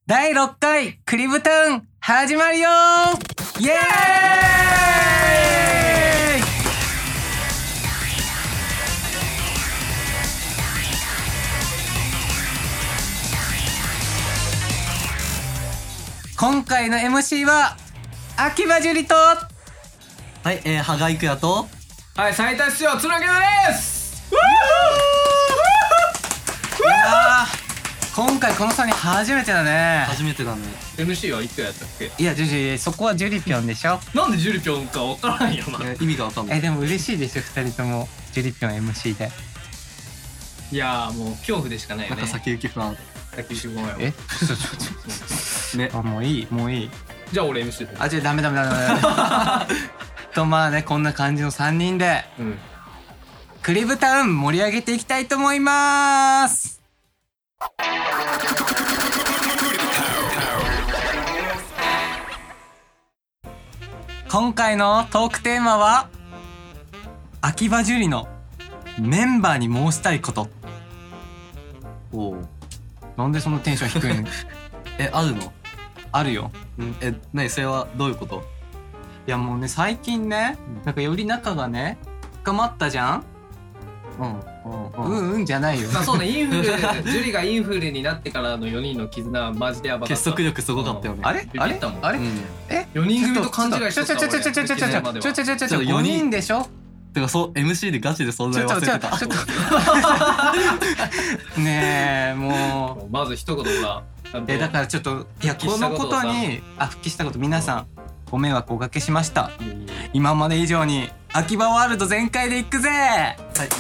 第6回クリブタウン始まるよー。イエーイ。今回の MC は秋葉樹里と、 はい、羽賀育也と、 はい、最多出場つなげです。 いやー今回この3人初めてだね。 初めてだね。 MC はいくらやったっけ？ いやそこはジュリピョンでしょ。 なんでジュリピョンかわからんよな。 意味がわかんない。 でも嬉しいでしょ、2人ともジュリピョン MC で。 いやーもう恐怖でしかないよね。 なんか先行き不安。 先行き不安よ。 ね。 あ、もういい。 じゃあ俺 MC で。 あ、じゃあダメとまあね、こんな感じの3人で、クリブタウン盛り上げていきたいと思います。今回のトークテーマは秋葉樹里のメンバーに申したいこと。 おお。 なんでそのテンション低いの？ あるの？ あるよ。 何それはどういうこと？ いやもうね、最近ね、なんかより仲がね深まったじゃん。じゃないよ。 まあそうね、インフルジュリがインフルになってからの4人の絆はマジでヤバかった。 結束力すごかったよね。 あれ 4人組と勘違いしてた。 4人でしょ。 てかそう MC でガチで存在忘れてた。 ちょっとねえ、もうまず一言さ、 だからちょっと、いやこのことに復帰したこと、皆さんご迷惑おかけしました。今まで以上に秋葉ワールド全開で行くぜ。はい。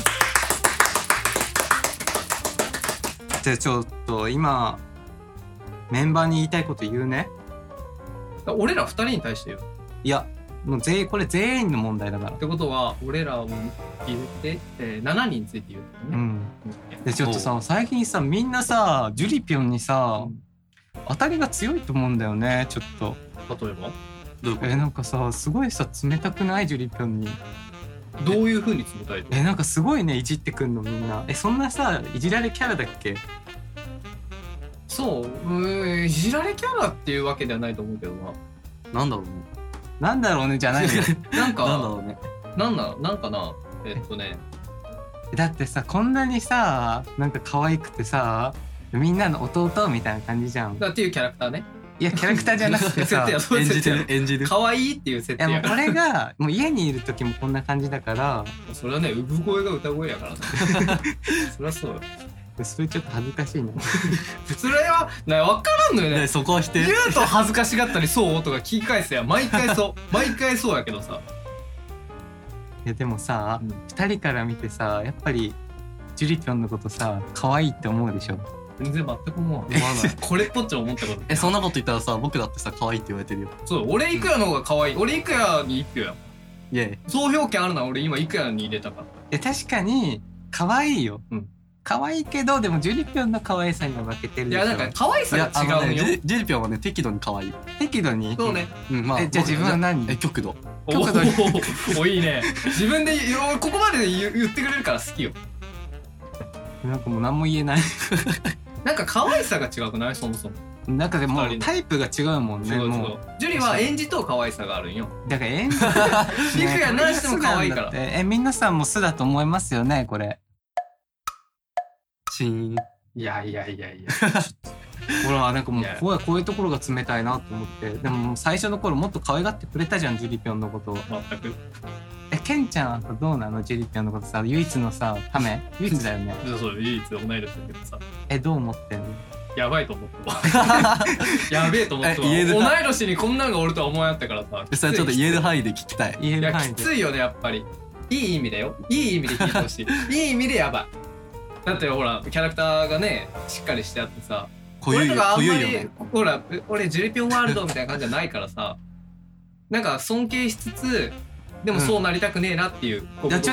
じゃあちょっと今メンバーに言いたいこと言うね。 俺ら2人に対してよ。 いやもうこれ全員の問題だから。 ってことは俺らを入れて、7人について言うね。 でちょっとさ、最近さ、みんなさジュリピョンにさ、当たりが強いと思うんだよね。ちょっと例えばどういうこと？ なんかさ、すごいさ冷たくない？ジュリピョンにどういう風に冷たいの？ なんかすごいね、いじってくんのみんな。そんなさいじられキャラだっけ？ そう、いじられキャラっていうわけではないと思うけどな。 なんだろうねじゃないのよ。 なんかなんだろうね。 なんかな。 だってさ、こんなにさなんか可愛くてさ、みんなの弟みたいな感じじゃん。 だっていうキャラクターね。 いやキャラクターじゃなくてさ演じる可愛いっていう設定やから。 これがもう家にいる時もこんな感じだから。 それはね、産声が歌声やからね。そりゃそうよ。 それちょっと恥ずかしいな。 それは分からんのよね。 そこは否定。 言うと恥ずかしがったりそうとか聞き返すや毎回そうやけどさ。 いやでもさ、2人から見てさ、やっぱりジュリピョンのことさ可愛いって思うでしょ？ 全然全く思わない。これっぽっちゃ思ったこと。 そんなこと言ったらさ、僕だってさ可愛いって言われてるよ。 そう、俺いくやの方が可愛い。俺いくやに1票や。 イエイ。 総評権あるのは俺今いくやに入れたから。 確かに可愛いよ。可愛いけど、でもジュリピョンの可愛さには負けてるでしょ。 いやなんか可愛さが違うよ。 ジュリピョンはね、適度に可愛い。 適度に？ そうね。 じゃあ自分は何？ 極度。 おいいね。自分でここまで言ってくれるから好きよ。 なんかもう何も言えない。 なんか可愛さが違くない？そもそも。 なんかでもタイプが違うもんね。もうジュリは演じと可愛さがあるんよ。 だから演じいくや何しても可愛いから。 皆さんも素だと思いますよね、これ。 シーン。 いや。 ほら、なんかもうこういうところが冷たいなと思って。でも最初の頃もっと可愛がってくれたじゃん、ジュリピョンのことを。 全く。 ケンちゃんはどうなの？ジュリピョンのことさ、唯一のさため？唯一だよね。 そう唯一同い年だけどさ。 どう思ってんの？ やばいと思ったわ。やべえと思ったわ。同い年にこんなんがおるとは思わなかったからさ。 それちょっと言える範囲で聞きたい。 いやきついよね、やっぱり。いい意味だよ。いい意味で聞いてほしい。いい意味でやばい。だってほらキャラクターがねしっかりしてあってさ、俺とかあんまりほら俺ジュリピョンワールドみたいな感じじゃないからさ、なんか尊敬しつつでもそうなりたくねえなっていう。 ちょっと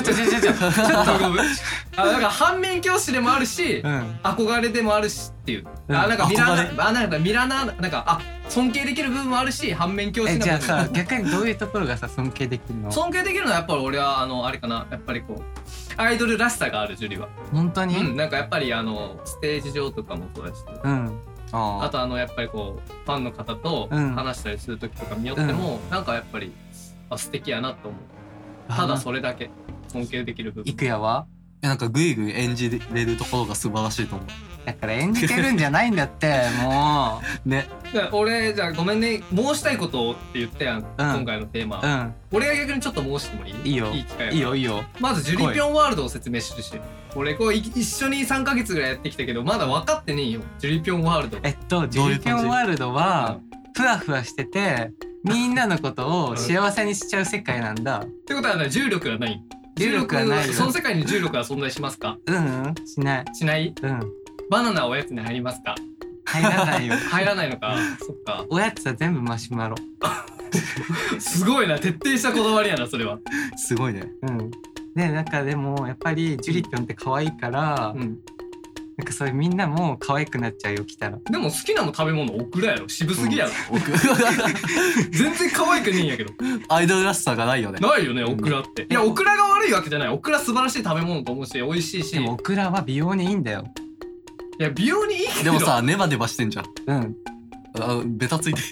なんか反面教師でもあるし、憧れでもあるしっていう。なんかミラナなんか尊敬できる部分もあるし、反面教師の部分。 じゃあさ、逆にどういうところがさ尊敬できるの？ 尊敬できるのはやっぱり俺はあれかな、やっぱりこうアイドルらしさがあるジュリは。 本当に？ なんかやっぱりステージ上とかもそうだし、 あとやっぱりこうファンの方と話したりする時とか見よっても、なんかやっぱり素敵やなと思う。ただそれだけ尊敬できる部分。 いくやはなんかグイグイ演じれるところが素晴らしいと思う。 だから演じてるんじゃないんだってもうね。 俺じゃあごめんね、申したいことをって言ったやん、今回のテーマ。俺が逆にちょっと申してもいい？ いいよ。 いい機会。 いいよいいよ。 まずジュリピョンワールドを説明して。俺こう一緒に3ヶ月ぐらいやってきたけどまだ分かってねえよ、ジュリピョンワールド。 ジュリピョンワールドはふわふわしててみんなのことを幸せにしちゃう世界なんだ。 ってことは重力がない？ 重力はないよ。 その世界に重力は存在しますか？ しない。 しない？バナナおやつに入りますか？ 入らないよ。 入らないのか。そっか。 おやつは全部マシュマロ。 すごいな、徹底したこだわりやなそれは。 すごいね。 でなんかでもやっぱりジュリピョンって可愛いから、なんかそういうみんなも可愛くなっちゃうよ来たら。 でも好きな食べ物オクラやろ。渋すぎやろ。全然可愛くねえんやけど。 アイドルらしさがないよね。 ないよねオクラって。いやオクラが悪いわけじゃない。オクラ素晴らしい食べ物と思うし美味しいし。 でもオクラは美容にいいんだよ。 いや美容にいいけど。 でもさネバネバしてんじゃん。ベタついて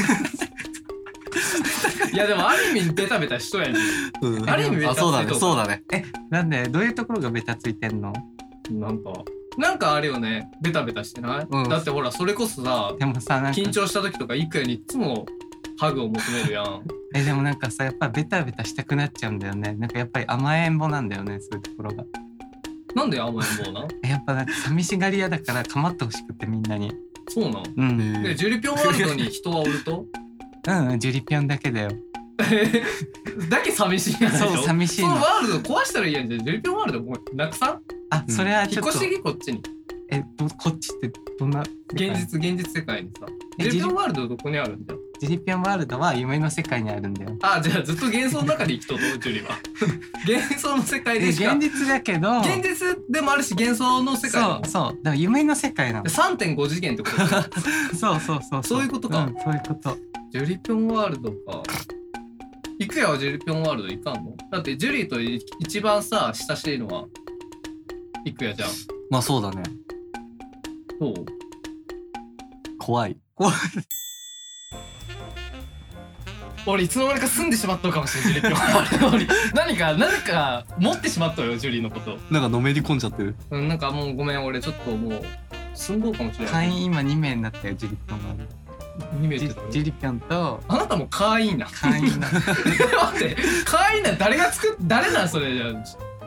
いやでもある意味ベタベタしとやねん。ある意味ベタついと。 そうだね。 なんでどういうところがベタついてんの？ なんかあれよね、ベタベタしてない？だってほらそれこそさ、 でもさなんか緊張した時とかいくやにいつもハグを求めるやん。 でもなんかさやっぱベタベタしたくなっちゃうんだよね。なんかやっぱり甘えん坊なんだよね、そういうところが。 なんで甘えん坊なん？ やっぱなんか寂しがり屋だから構ってほしくてみんなに。 そうなん？でジュリピョンワールドに人はおると？ ジュリピョンだけだよ。 だけ寂しいやん。 そう寂しいの。 そのワールド壊したらいいやん。ジュリピョンワールドもうなくさん？ それはちょっと引っ越してきこっちに。 こっちってどんな？ 現実世界にさ。ジュリピョンワールドどこにあるんだよ。 ジュリピョンワールドは夢の世界にあるんだよ。 じゃあずっと幻想の中で生きとるジュリは。幻想の世界でしか。 現実だけど。 現実でもあるし幻想の世界なの。 そう。だから夢の世界なの。 3.5 次元ってこと？ そう。 そういうことか。 そういうこと。 ジュリピョンワールドか。いくやはジュリピョンワールド行かんの？だってジュリと一番さ親しいのはいくやじゃん。 まあそうだね。 どう？ 怖い。 俺いつの間にか住んでしまったのかもしれない。ジュリピョン何か持ってしまったよジュリのこと。 なんかのめり込んじゃってる。 なんかもうごめん、俺ちょっともう住んどうかもしれない。 会員今2名になったよジュリピョンワールド。 2名ってジュリピョンとあなたも会員な。 会員な。 待って会員な誰なんそれじゃ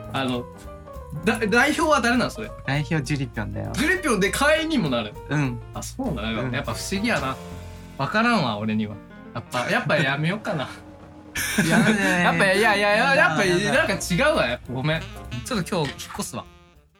代表は誰なんそれ？ 代表ジュリピョンだよ。 ジュリピョンで会員にもなる。そうなの。やっぱ不思議やな。わからんわ俺には。やっぱやめようかな。やっぱなんか違うわ。ごめん。ちょっと今日引っ越すわ。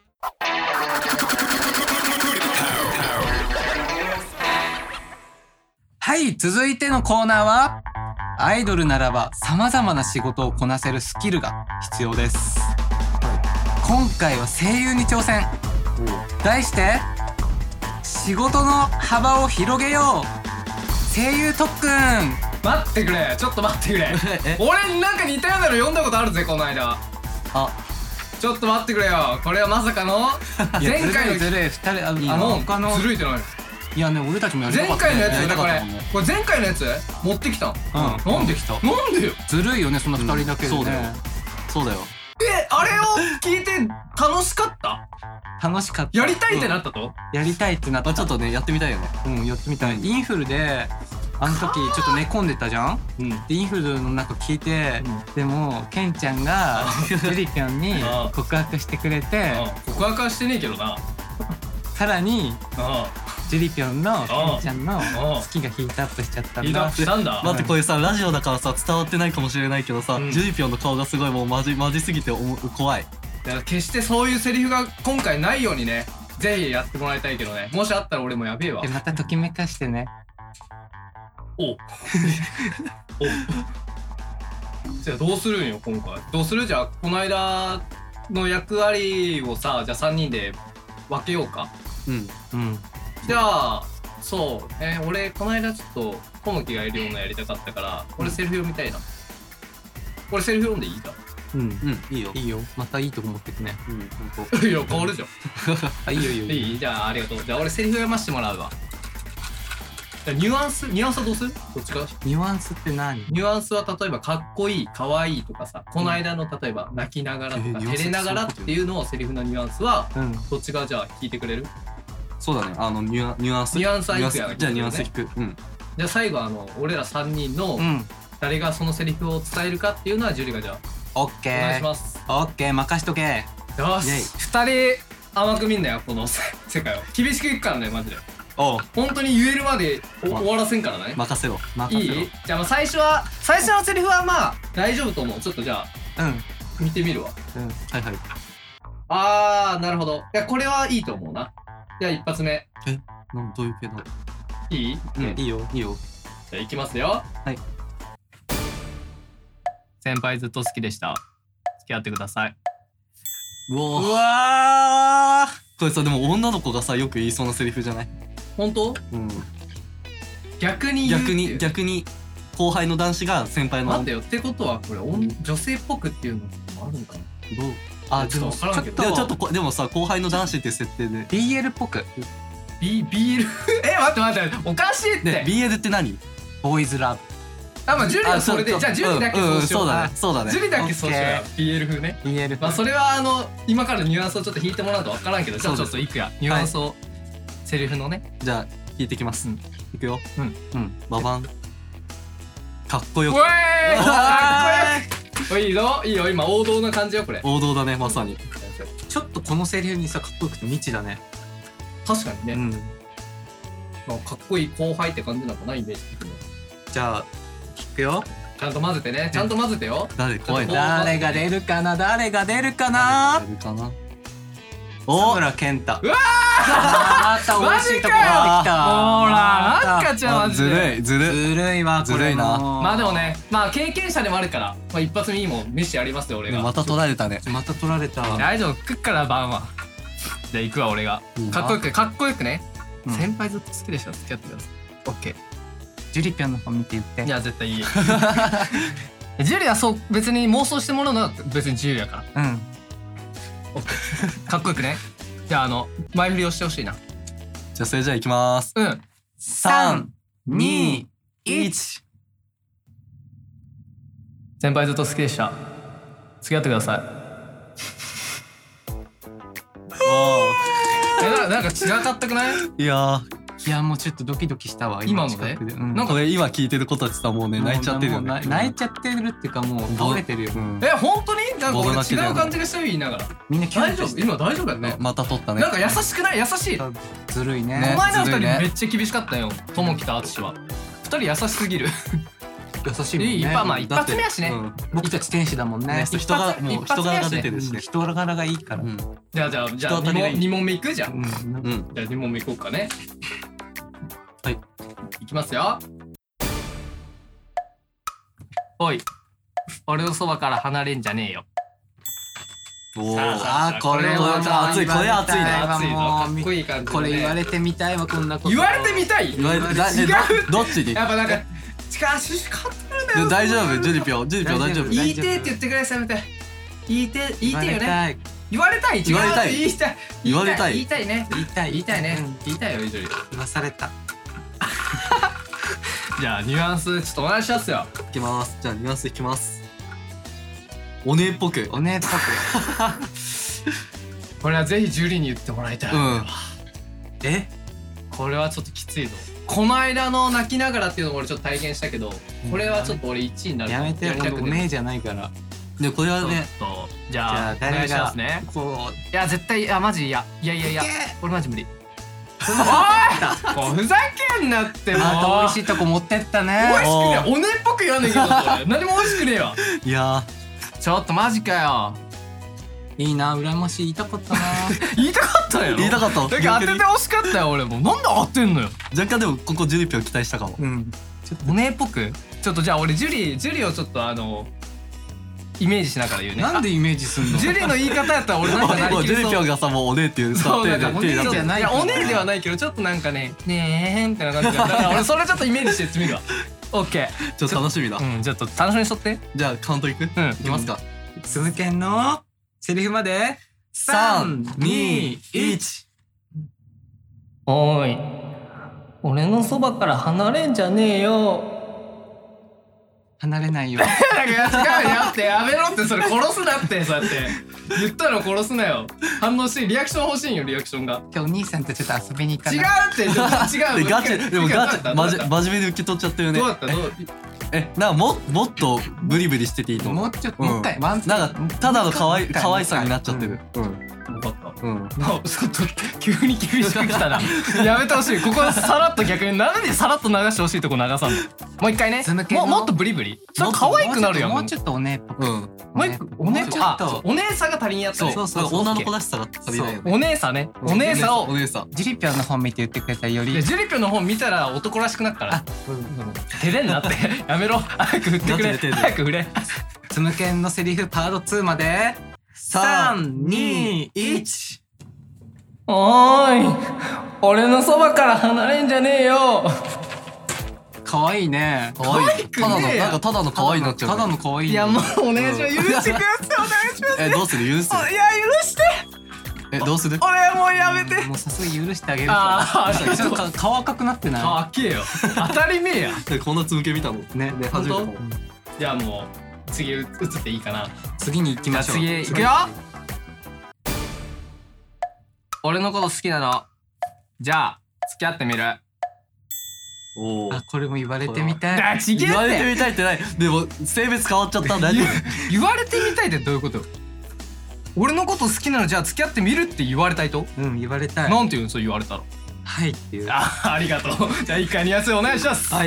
はい、続いてのコーナーはアイドルならば様々な仕事をこなせるスキルが必要です。今回は声優に挑戦。題して仕事の幅を広げよう声優特訓。 待ってくれ、ちょっと待ってくれ。俺なんか似たようなの読んだことあるぜこの間。ちょっと待ってくれよ。これはまさかの前回のずるい2人他のずるいってない。 いやね、俺たちもやりたかった前回のやつだこれ前回のやつ持ってきた。なんでよ。 ずるいよね、そんな2人だけでね。 そうだよ。 あれを聞いて楽しかった？ 楽しかった。 やりたいってなったと？ やりたいってなった。 ちょっとねやってみたいよね。 やってみたい。インフルであの時ちょっと寝込んでたじゃん。でインフルの中聞いて、でもケンちゃんがジュリピョンに告白してくれて。 告白はしてねえけどな。 さらにジュリピョンのケンちゃんの好きがヒートアップしちゃったんだ。 ヒートアップしたんだ。 待って、これさラジオだからさ伝わってないかもしれないけどさ、ジュリピョンの顔がすごいもうマジすぎて怖い。 だから決してそういうセリフが今回ないようにね、ぜひやってもらいたいけどね。もしあったら俺もやべえわ。 またときめかしてね。 じゃあどうするんよ今回。どうする？じゃあこの間の役割をさ、じゃあ3人で分けようか。じゃあそうね、俺この間ちょっと小麦がいるようなやりたかったから、俺セリフ読みたいな。俺セリフ読んでいいか？ いいよ。またいいとこ持ってくね。 いや変わるじゃん。 いいよ。 いい？じゃあありがとう。じゃあ俺セリフ読ませてもらうわ。 ニュアンスはどうする？どっちか。 ニュアンスって何？ ニュアンスは例えばかっこいい、かわいいとかさ、この間の例えば泣きながらとかニュアンス照れながらっていうのをセリフのニュアンスはどっちがじゃあ聞いてくれる？ そうだね、ニュアンスはいくやがじゃあニュアンス引く。 じゃあ最後俺ら3人の誰がそのセリフを伝えるかっていうのはジュリがじゃあオッケー。 お願いします。 オッケー、任しとけ。 よし、2人甘く見んなよこの世界を。厳しくいくからねマジで。 おう、 本当に言えるまで終わらせんからね。 任せろ。 いい？じゃあ最初のセリフはまあ大丈夫と思う。ちょっとじゃあ見てみるわ。 はいはい。 なるほど。いやこれはいいと思うな。じゃあ一発目。 どういう系だ？ いい？ いいよ。 じゃあいきますよ。 はい。 先輩ずっと好きでした。付き合ってください。 ううわわー、これさでも女の子がさよく言いそうなセリフじゃない？ 本当？逆に後輩の男子が先輩の。 待ってよ、ってことはこれ女性っぽくっていうのもあるのかな？ でもちょっとちょっとでもさ後輩の男子っていう設定で BL っぽく。 BL 待っておかしいって。 ね BL って何？ ボーイズラブ。 まあジュリはそれで、じゃあジュリだけそうしよう。 そうだね。 ジュリだけそうしようよ。BL 風ね。 BL。 まあそれは今からニュアンスをちょっと引いてもらうと分からんけど、じゃあちょっといくやニュアンスをセリフのね。 じゃあ引いてきます。いくよ。ババン。かっこよく。 かっこよく。いいよ今王道な感じよこれ。 王道だねまさに。 ちょっとこのセリフにさかっこよくて未知だね。 確かにね。まあかっこいい後輩って感じなのかなイメージ的に。 じゃあ聞くよ。 ちゃんと混ぜてね。ちゃんと混ぜてよ。 怖いな。誰が出るかな。お、村健太。 うわまた美味しいとこができた。 ほらなんかじゃあずるいわこれな。 まあでもね、まあ経験者でもあるから、まあ一発目にも見してやりますよ俺が。 また取られたね。 また取られた。 大丈夫、食っから晩は。じゃあ行くわ俺が。かっこよくね。先輩ずっと好きでしょ。付き合ってください。オッケー。 ジュリピョンの方見て言って。 いや絶対いい。ジュリはそう別に妄想してもらうのは別に自由やから。オッケー。かっこよくね。じゃあ前振りをしてほしいな。 じゃあそれじゃあいきます。 3、2、1。 先輩ずっと好きでした。付き合ってください。なんか違かったくない？ いやもうちょっとドキドキしたわ今ので。 なんかこれ今聞いてる子たちさもうね泣いちゃってるよね。 泣いちゃってるっていうかもう倒れてるよ。 本当に？なんか俺違う感じがしたよ言いながら。みんな大丈夫？今大丈夫やね。 また取ったね。 なんか優しくない？優しい。 ずるいね。 お前の2人めっちゃ厳しかったよ。ともきとあつしは。2人優しすぎる。 優しいもんね。 まあ一発目やしね。 僕たち天使だもんね。 人柄が出てるしね。 人柄がいいから。 じゃあ2問目いくじゃん。じゃあ2問目いこうかね。 はい。 いきますよ。おい、俺のそばから離れんじゃねえよ。 これは熱い。これ熱いね。 かっこいい感じ。 これ言われてみたいわこんなこと。 言われてみたい？違う。 どっちに？ やっぱなんか趣旨変わってるんだよ。 大丈夫？ジュリピョ大丈夫？ 言いてって言ってくれせめて。言いてよね。言われたい。 言われたい。 言われたい。言いたいね。 言いたいね。言いたいよジュリ。 言わされた。 じゃあニュアンスちょっとお願いしますよ。 いきます。じゃあニュアンスいきます。お姉っぽく。 お姉っぽく。 これはぜひジュリに言ってもらいたい。これはちょっときついぞ。この間の泣きながらっていうのを俺ちょっと体験したけど、これはちょっと俺1位になる。 やめて、お姉じゃないから。 でこれはね。 じゃあお願いしますね。いや絶対マジいや俺マジ無理。おい、ふざけんなってもう。 また美味しいとこ持ってったね。 美味しくねえ。おねっぽく言わねえけど何も美味しくねえわ。 いやちょっとマジかよ。 いいな、羨ましい。言いたかったな。 言いたかったよ。 言いたかった。 だけど当ててほしかったよ俺も。なんで当てんのよ。 若干でもここジュリピョン期待したかも。 ちょっとおねっぽく。ちょっとじゃあ俺ジュリをちょっとイメージしながら言うね。 なんでイメージすんの？ ジュリの言い方やったら俺なんかなりきりそう。 ジュリピョンがさもうおねっていうそうだからおねじゃない。 おねではないけどちょっとなんかねえみたいな感じだから俺それちょっとイメージしてやってみるわ。オッケー。 ちょっと楽しみだ。 ちょっと楽しみにしとって。 じゃあカウントいく？いきますか。 鈴研のセリフまで3、2、1。 おーい、 俺のそばから離れんじゃねえよ。 離れないよ。 違うやってやめろって、それ殺すなって、そうやって言ったの殺すなよ。反応してリアクション欲しいんよ、リアクションが。 今日お兄さんとちょっと遊びに行かない。 違うって違う。 ガチでもガチ真面目で受け取っちゃったよね。 どうだったなんかもっとブリブリしてていいと思う。 もうちょっともう一回ワンなんかただの可愛さになっちゃってる。 分かった。 うん。 ちょっと急に厳しくきたな。やめてほしい。ここはさらっと逆になんでさらっと流してほしいとこ流さんの。もう一回ね。もっとブリブリ。それ可愛くなるやん。 もうちょっとお姉っぽく。 もう一個お姉ちょっとお姉さが足りんやったね。 そう女の子らしさが足りないよね。 お姉さね。お姉さを。 ジュリピョンの本見て言ってくれたより。 ジュリピョンの本見たら男らしくなるから。照れんなって。やめろ。早く振ってくれ。早く振れ。 つむけんのセリフパート2まで。3、2、1。 おーい、俺のそばから離れんじゃねえよ。 可愛いね。 可愛い。なんかただの可愛いになっちゃう。 ただの可愛い。 いやもうお願いします。許してください。お願いします。 どうする？許す？ いや許して。 どうする？ 俺もうやめて。 もうさすがに許してあげるから。ちょっと顔赤くなってない？ 顔赤えよ。当たり前や。 こんなつむけ見たのね。 初めて。 じゃあもう次移っていいかな。 次に行きましょう。 次行くよ。俺のこと好きなの。じゃあ付き合ってみる。 おあ、これも言われてみたい。 言われてみたいってない。でも性別変わっちゃったんだよ。 言われてみたいってどういうこと？俺のこと好きなのじゃあ付き合ってみるって言われたいと？ 言われたい。 なんて言うの？そう言われたら。 はいっていう。 ありがとう。じゃあ一回ニュアンスお願いします。 はい。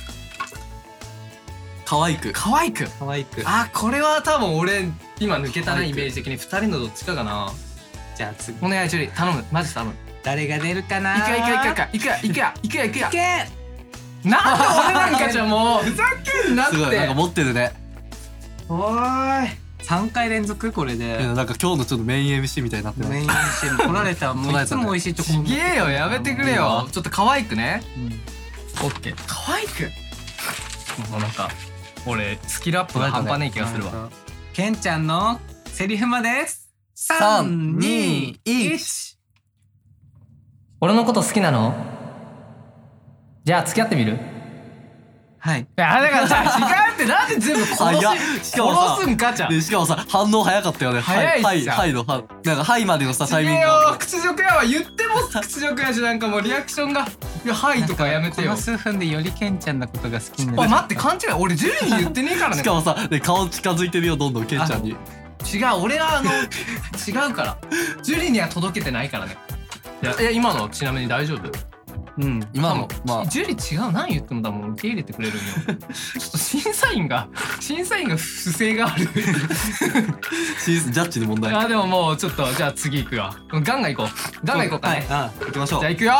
可愛く。 可愛く。 可愛く。 これは多分俺今抜けたなイメージ的に2人のどっちかかな。 じゃあ次お願いジュリ頼む。マジ頼む。 誰が出るかな。 行くよ。なんで俺なんかじゃもうふざけんなって。 すごいなんか持ってるね。 おーい。 3回連続これで。 なんか今日のちょっとメイン MC みたいになってる。 メイン MC も来られた。もういつも美味しいチョコ。 ちげえよやめてくれよ。ちょっと可愛くね。オッケー。可愛く。もうなんか俺スキルアップが半端ねえ気がするわ。 ケンちゃんのセリフまで。3、2、1。 俺のこと好きなの？じゃあ付き合ってみる？ はい。 だからさ、違うってなんで全部殺すんかじゃん。 しかもさ、反応早かったよね。 早いさ。 はいの、なんかはいまでのさ、タイミングが。屈辱やわ。言っても屈辱やし、なんかもうリアクションが、いや、はいとかやめてよ。 この数分でよりケンちゃんのことが好きになる。 おい、待って、勘違い。俺、ジュリに言ってねえからね。 しかもさ、顔近づいてるよ、どんどんケンちゃんに。 違う、俺は違うから。ジュリには届けてないからね。いや、今のちなみに大丈夫？ 今のまあジュリ違う。何言っても多分受け入れてくれるんよ。ちょっと審査員が不正がある。 ジャッジの問題。 でももうちょっとじゃあ次行くよ。ガンガン行こうかね。 行きましょう。 じゃあ行くよ。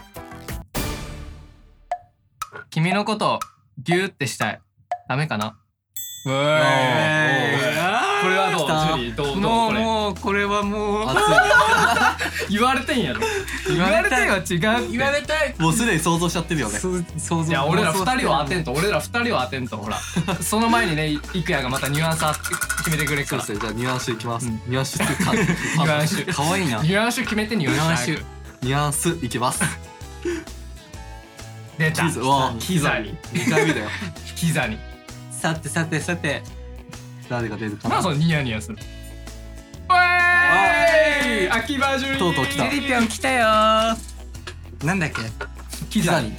君のことギューってしたい。ダメかな？これはどう？ジュリどう？ もうこれはもう言われてんやろ。言われてんは違う。言われたい。 もうすでに想像しちゃってるよね。 いや俺ら2人を当てんとほら。その前にね、イクヤがまたニュアンス決めてくれるから。 じゃあニュアンスいきます。ニュアンス可愛いな。 ニュアンス決めてニュアンス。 ニュアンスいきます。 出た。キザに。 2回目だよ。 キザに。 さて。 誰が出るかな。 まあそのニヤニヤする。おーい。秋葉ジュリー。 とうとう来た。 ジュリピョン来たよ。なんだっけ。 キザに。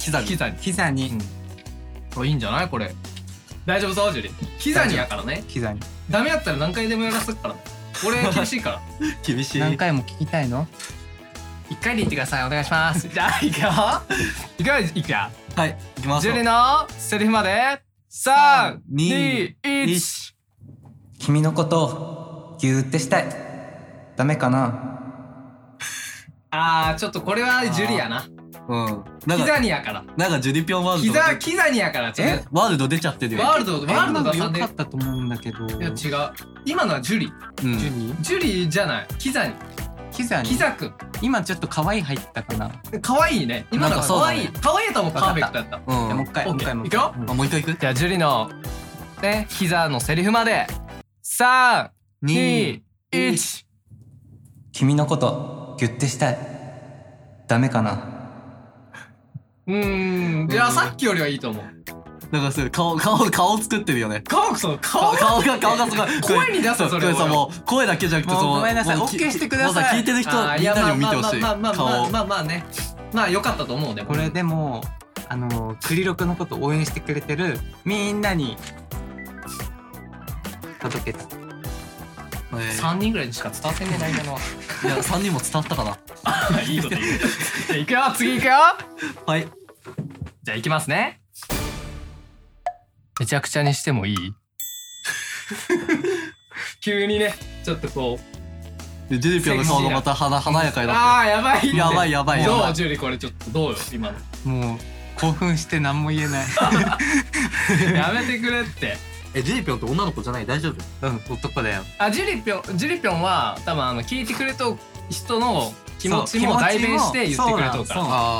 いいんじゃないこれ。大丈夫そうジュリー。キザにやからね。 キザに。 ダメやったら何回でもやらせるから。俺厳しいから。 厳しい。 何回も聞きたいの ？1回で言ってください。お願いします。じゃあいくよ。いくよ。 はい。いきます。 ジュリのセリフまで。3、2、1。 君のことギューってしたい。ダメかな。 ちょっとこれはジュリやな。キザニやから。 なんかジュリピョンワールド。 キザニやから。 ワールド出ちゃってるよ。 ワールド出さんでよかったと思うんだけど。 いや違う。今のはジュリ。ジュリじゃない。キザニ。キザくん。 今ちょっと可愛い入ったかな。 可愛いね。今の可愛い。可愛いともパーフェクトやった。 もう一回。 いくよ。 もう一回いく。 じゃあジュリのね、キザのセリフまで。3、2、1。 君のことギュッてしたい。ダメかな。 いやさっきよりはいいと思う。 なんかそれ顔作ってるよね。 顔がすごい。声に出すそれ。 これさもう声だけじゃなくてその。 ごめんなさい。オッケーしてください。 もうさ聞いてる人みんなにも見てほしい。 まあね。まあ良かったと思うね。 これでもクリロクのこと応援してくれてるみんなに届けた。 3人ぐらいにしか伝わってねえな今のは。 いや3人も伝わったかな。 いいこと言う。じゃあ行くよ、次行くよ。 はい。 じゃあ行きますね。めちゃくちゃにしてもいい？急にね、ちょっとこう。 でジュリピョンの顔がまた華やかになって。 ああやばい。 やばい。 どうジュリこれちょっとどうよ今の。 もう興奮して何も言えない。 やめてくれって。 ジュリピョンって女の子じゃない？大丈夫？ 男だよ。 ジュリピョンは多分聞いてくれと人の気持ちも代弁して言ってくれとるから。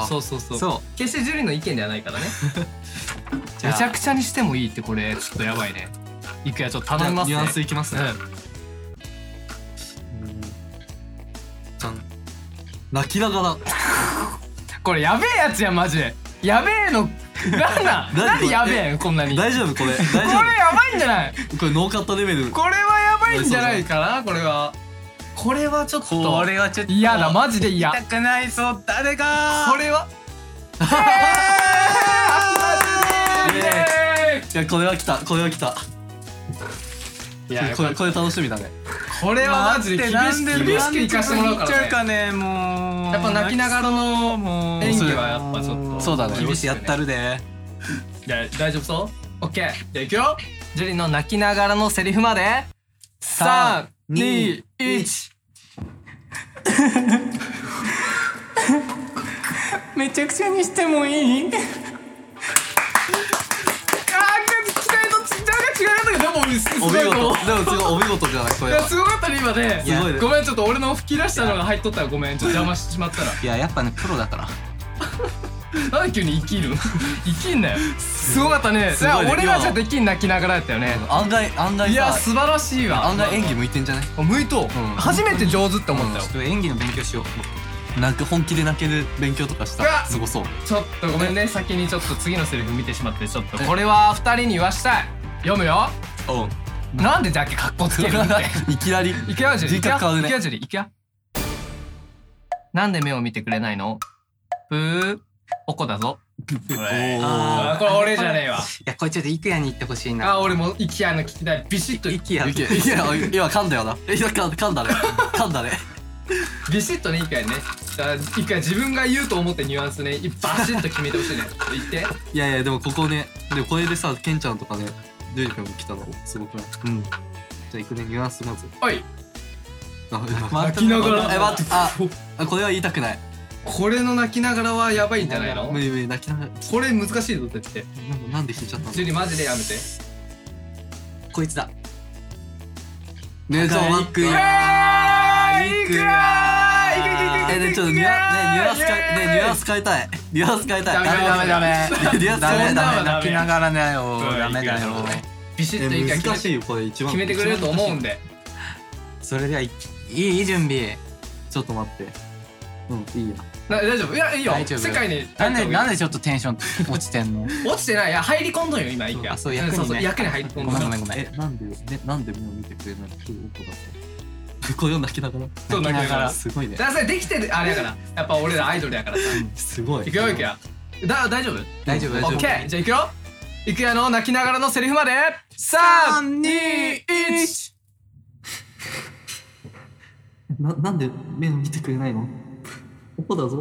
そう。決してジュリの意見ではないからね。めちゃくちゃにしてもいいってこれちょっとやばいね。いくやちょっと頼みますね。 ニュアンスいきますね。泣きながら。 これやべえやつやマジで。やべえのなんでやべえこんなに。 大丈夫これ。これやばいんじゃない？ これノーカットレベル。 これはやばいんじゃないかな。これはちょっと。 これはちょっと嫌だマジで嫌。 痛くないぞ誰が。 これは。 いやこれは来た。いやこれ楽しみだね。 これはマジで厳しくいかしてもらうからね。 もうやっぱ泣きながらの演技はやっぱちょっとそうだね。 厳しいやったるで。 じゃあ大丈夫そう？ OK。 じゃあいくよ。ジュリの泣きながらのセリフまで3、2、1。 めちゃくちゃにしてもいい？ お見事じゃないこれは。 すごかったね今ね。 すごいね。 ごめんちょっと俺の吹き出したのが入っとったらごめんちょっと邪魔してしまったら。 いややっぱねプロだから。 なんで急に生きるの？生きんなよ。すごかったね。俺らじゃできん泣きながらやったよね。 案外さ。 いや素晴らしいわ。 案外演技向いてんじゃない？ 向いとう。初めて上手って思ったよ。 ちょっと演技の勉強しよう。 なんか本気で泣ける勉強とかしたらすごそう。 ちょっとごめんね先にちょっと次のセリフ見てしまってちょっとこれは2人に言わしたい。読むよ。なんでだけカッコつけるって。 いきなり。 いくよジュリ。 人格変わるね。 いくよ。なんで目を見てくれないの？ぷーおこだぞ。これ俺じゃねえわ。 いやこれちょっとイクヤに言ってほしいな。 俺もイクヤの聞きたい。ビシッとイクヤ。 今噛んだよな。噛んだね。 ビシッとねイクヤね。イクヤ自分が言うと思ってニュアンスねバシッと決めてほしいね。言って。 いやでもここね。でもこれでさケンちゃんとかねジュリピョン来たのすごくない？じゃあ行くねニュアンスまず。 はい。 泣きながら。 待ってこれは言いたくない。 これの泣きながらはやばいんじゃないの？ 無理泣きながら。 これ難しいぞって言って。 なんで引いちゃったの？ ジュリマジでやめて。 こいつだ。 ねえちょっと待って。ちょっとニュアンス変えたい。 ダメ。泣きながらだよ。ダメだよ。 ビシッと難しいよこれ一番。 決めてくれると思うんで。 それではいい準備。 ちょっと待って。いいよ。 大丈夫？いやいいよ。世界に。 なんでちょっとテンション落ちてんの？ 落ちてない。いや入り込んどんよ今イクヤ。 そう役にね。 役に入り込んどん。 ごめん。 なんで目を見てくれないの？これを泣きながら。 そう泣きながら。 すごいね。 だからそれできてるあれやから。やっぱ俺らアイドルやからさ。 すごい。 いくよイクヤ。大丈夫？ 大丈夫。 オッケー。じゃあいくよ。イクヤの泣きながらのセリフまで3、2、1。 なんで目を見てくれないの？ここだぞ。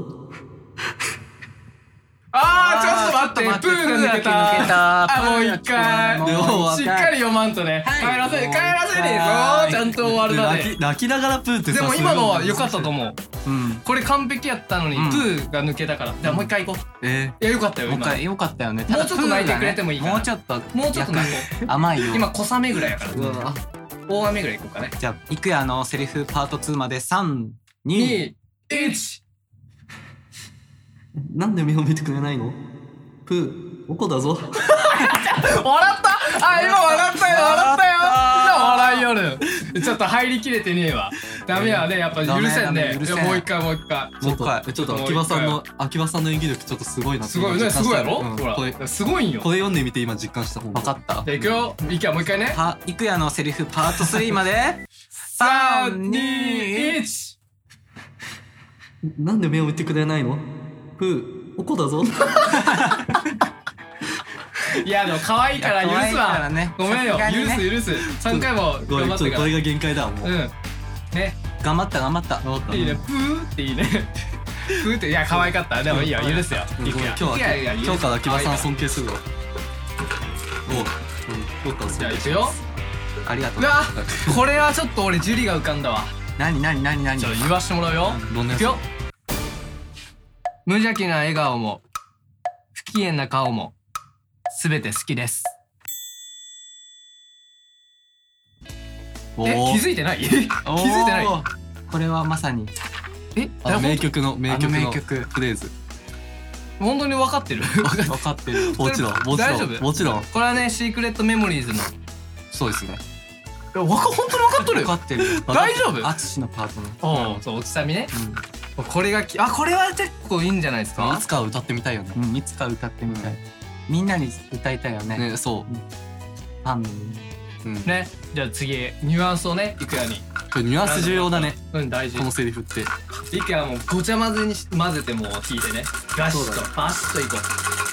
ちょっと待って。プーが抜けた。もう一回。しっかり読まんとね。帰らせねえぞ。ちゃんと終わるまで。 泣きながらプーってさ。 でも今のは良かったと思う。これ完璧やったのにプーが抜けたから。じゃあもう一回行こう。いや良かったよ今。 良かったよね。 もうちょっと泣いてくれてもいいかな。 もうちょっと泣こう。甘いよ。 今小雨ぐらいやから。大雨ぐらい行こうかね。 じゃあイクヤのセリフパート2まで3、2、 1。 なんで目を見てくれないの？プー、おこだぞ。 笑った今笑ったよ今笑いよる。ちょっと入りきれてねえわ。 ダメやね、やっぱ許せんね。 許せんもう一回。 ちょっと秋葉さんの演技力ちょっとすごいなってすごいね、すごいやろ、ほらこれすごいんよ。 これ読んでみて今実感した方が分かった。 じゃあいくよ、いくよ、もう一回ね。 いくやのセリフパート3まで 3、2、1。 なんで目を打ってくれないの？おこだぞ。 いやでも可愛いから許す可愛いからわね。 ごめんよ、 さすがにね許す。3回もごめん、 頑張ったから。 ちょっとこれが限界だわもう。 ね。 頑張った。 いいね、プーっていいね。プーって、いや可愛かった。でもいいよ、許すよ。 うんいくよ。 今日から秋葉さんじ尊敬するわ。 ゃあいくよ。 ありがとう。 うわ、これはちょっと俺ジュリが浮かんだわ。 何じゃあ言わしてもらうよ。 どんなやついくよ。無邪気な笑顔も不機嫌な顔もすべて好きです。気づいてない？気づいてない？ これはまさに名曲の名曲フレーズ。 本当に分かってる？ 分かってる。 もちろん大丈夫？ もちろんこれはね、シークレットメモリーズの。 そうですね。 本当に分かっとる分かってる。 大丈夫？ アツシのパートの。 そう、落ちたみね。これがこれは結構いいんじゃないですか？ いつか歌ってみたいよね。 いつか歌ってみたい。みんなに歌いたいよね。 ね、そう。 ファンのね。じゃあ次ニュアンスをね、いくやに。 これニュアンス重要だね。 大事。 このセリフって。 いくやもうごちゃ混ぜに混ぜてもう弾いてね。ガシッとバシッといこ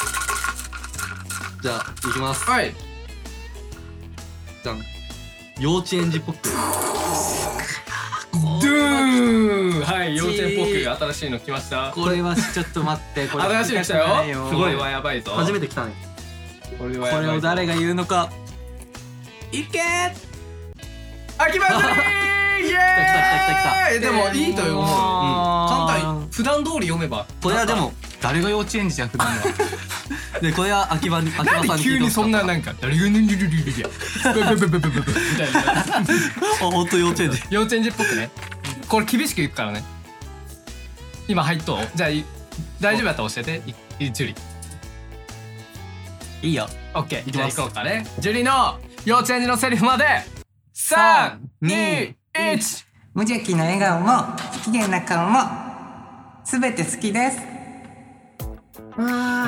じゃあいきます。 はい。 じゃん。幼稚園児っぽく。 ドゥーン。はい、幼稚園っぽく新しいの来ました。 これはちょっと待って。 新しいの来たよ。 すごいこれはやばいぞ。 初めて来たね。 これこれを誰が言うのか。いけー。 秋葉さん。イエーイ。でもいいと思う。簡単。普段通り読めば。 これはでも誰が幼稚園児じゃん普段は。 でこれは秋葉さんに聞いてほしかった。 なんで急にそんななんか誰がヌンルルルルルやみたいな。 本当幼稚園児。 幼稚園児っぽくね。これ厳しく言うからね。今入っとう。じゃあ大丈夫だったら教えて。ジュリ。 いいよ。 オッケー。じゃあ行こうかね。ジュリの幼稚園児のセリフまで。3、2、1。 無邪気な笑顔も不機嫌な顔もすべて好きです。 も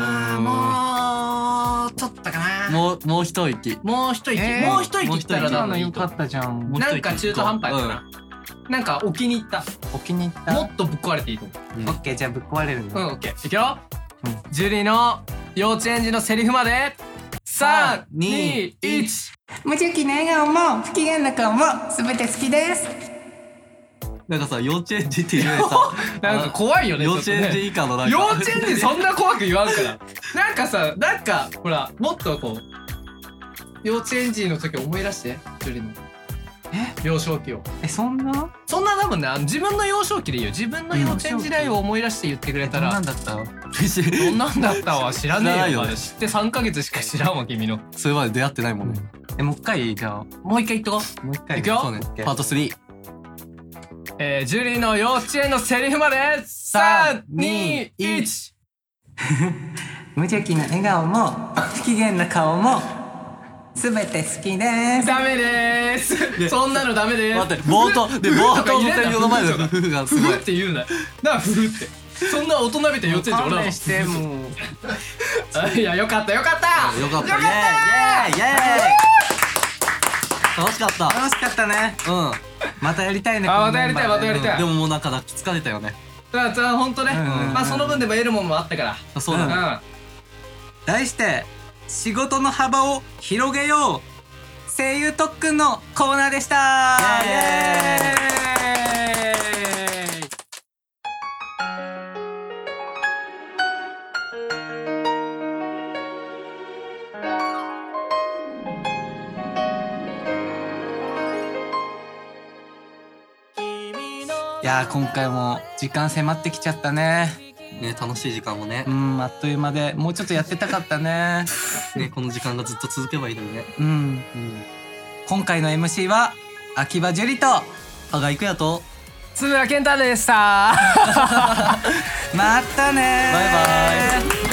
うちょっとかな。 もう一息。 もう一息いったら今の良かったじゃん。 なんか中途半端やったな。なんか置きに行った。もっとぶっ壊れていいと思う。 オッケー、じゃあぶっ壊れるの。 オッケー。いくよ。ジュリの幼稚園児のセリフまで。3、2、1。 無邪気な笑顔も不機嫌な顔もすべて好きです。 なんかさ、幼稚園児っていうよりさ、 なんか怖いよね。 幼稚園児以下のなんか。 幼稚園児そんな怖く言わんから。なんかさ、なんかほらもっとこう幼稚園児の時思い出してジュリの。幼少期を。 そんな多分ね、自分の幼少期でいいよ。自分の幼稚園時代を思い出して言ってくれたら。 どんなんだったの？ どんなんだったわ知らねえよ。まだ知って3ヶ月しか知らんわ君の。 それまで出会ってないもんね。 もう一回じゃあ。 もう一回言っとこう。 もう一回。 いくよ。 そうね。パート3。 ジュリの幼稚園のセリフまで。3、2、1。 無邪気な笑顔も不機嫌な顔もすべて好きです。 ダメでーす。そんなのダメです。 待って、冒頭のセリフの前の夫婦がすごい。 夫婦って言うな。だから夫婦って。そんな大人びた幼稚園児おらんわ。 してもう。 いや、よかった。 イエーイ楽しかった。 楽しかったね。またやりたいね。 またやりたい。 でももうなんか抱きつかれたよね。 だからほんとね。まあその分でも得るもんもあったから。 そうだね。 題して仕事の幅を広げよう声優特訓のコーナーでした。イエーイ。いやー今回も時間迫ってきちゃったね。 ね、楽しい時間もね。 あっという間でもうちょっとやってたかったね。 ね、この時間がずっと続けばいいのにね。 今回の MC は秋葉樹里と羽賀育也と津村健太でした。 またね。 バイバイ。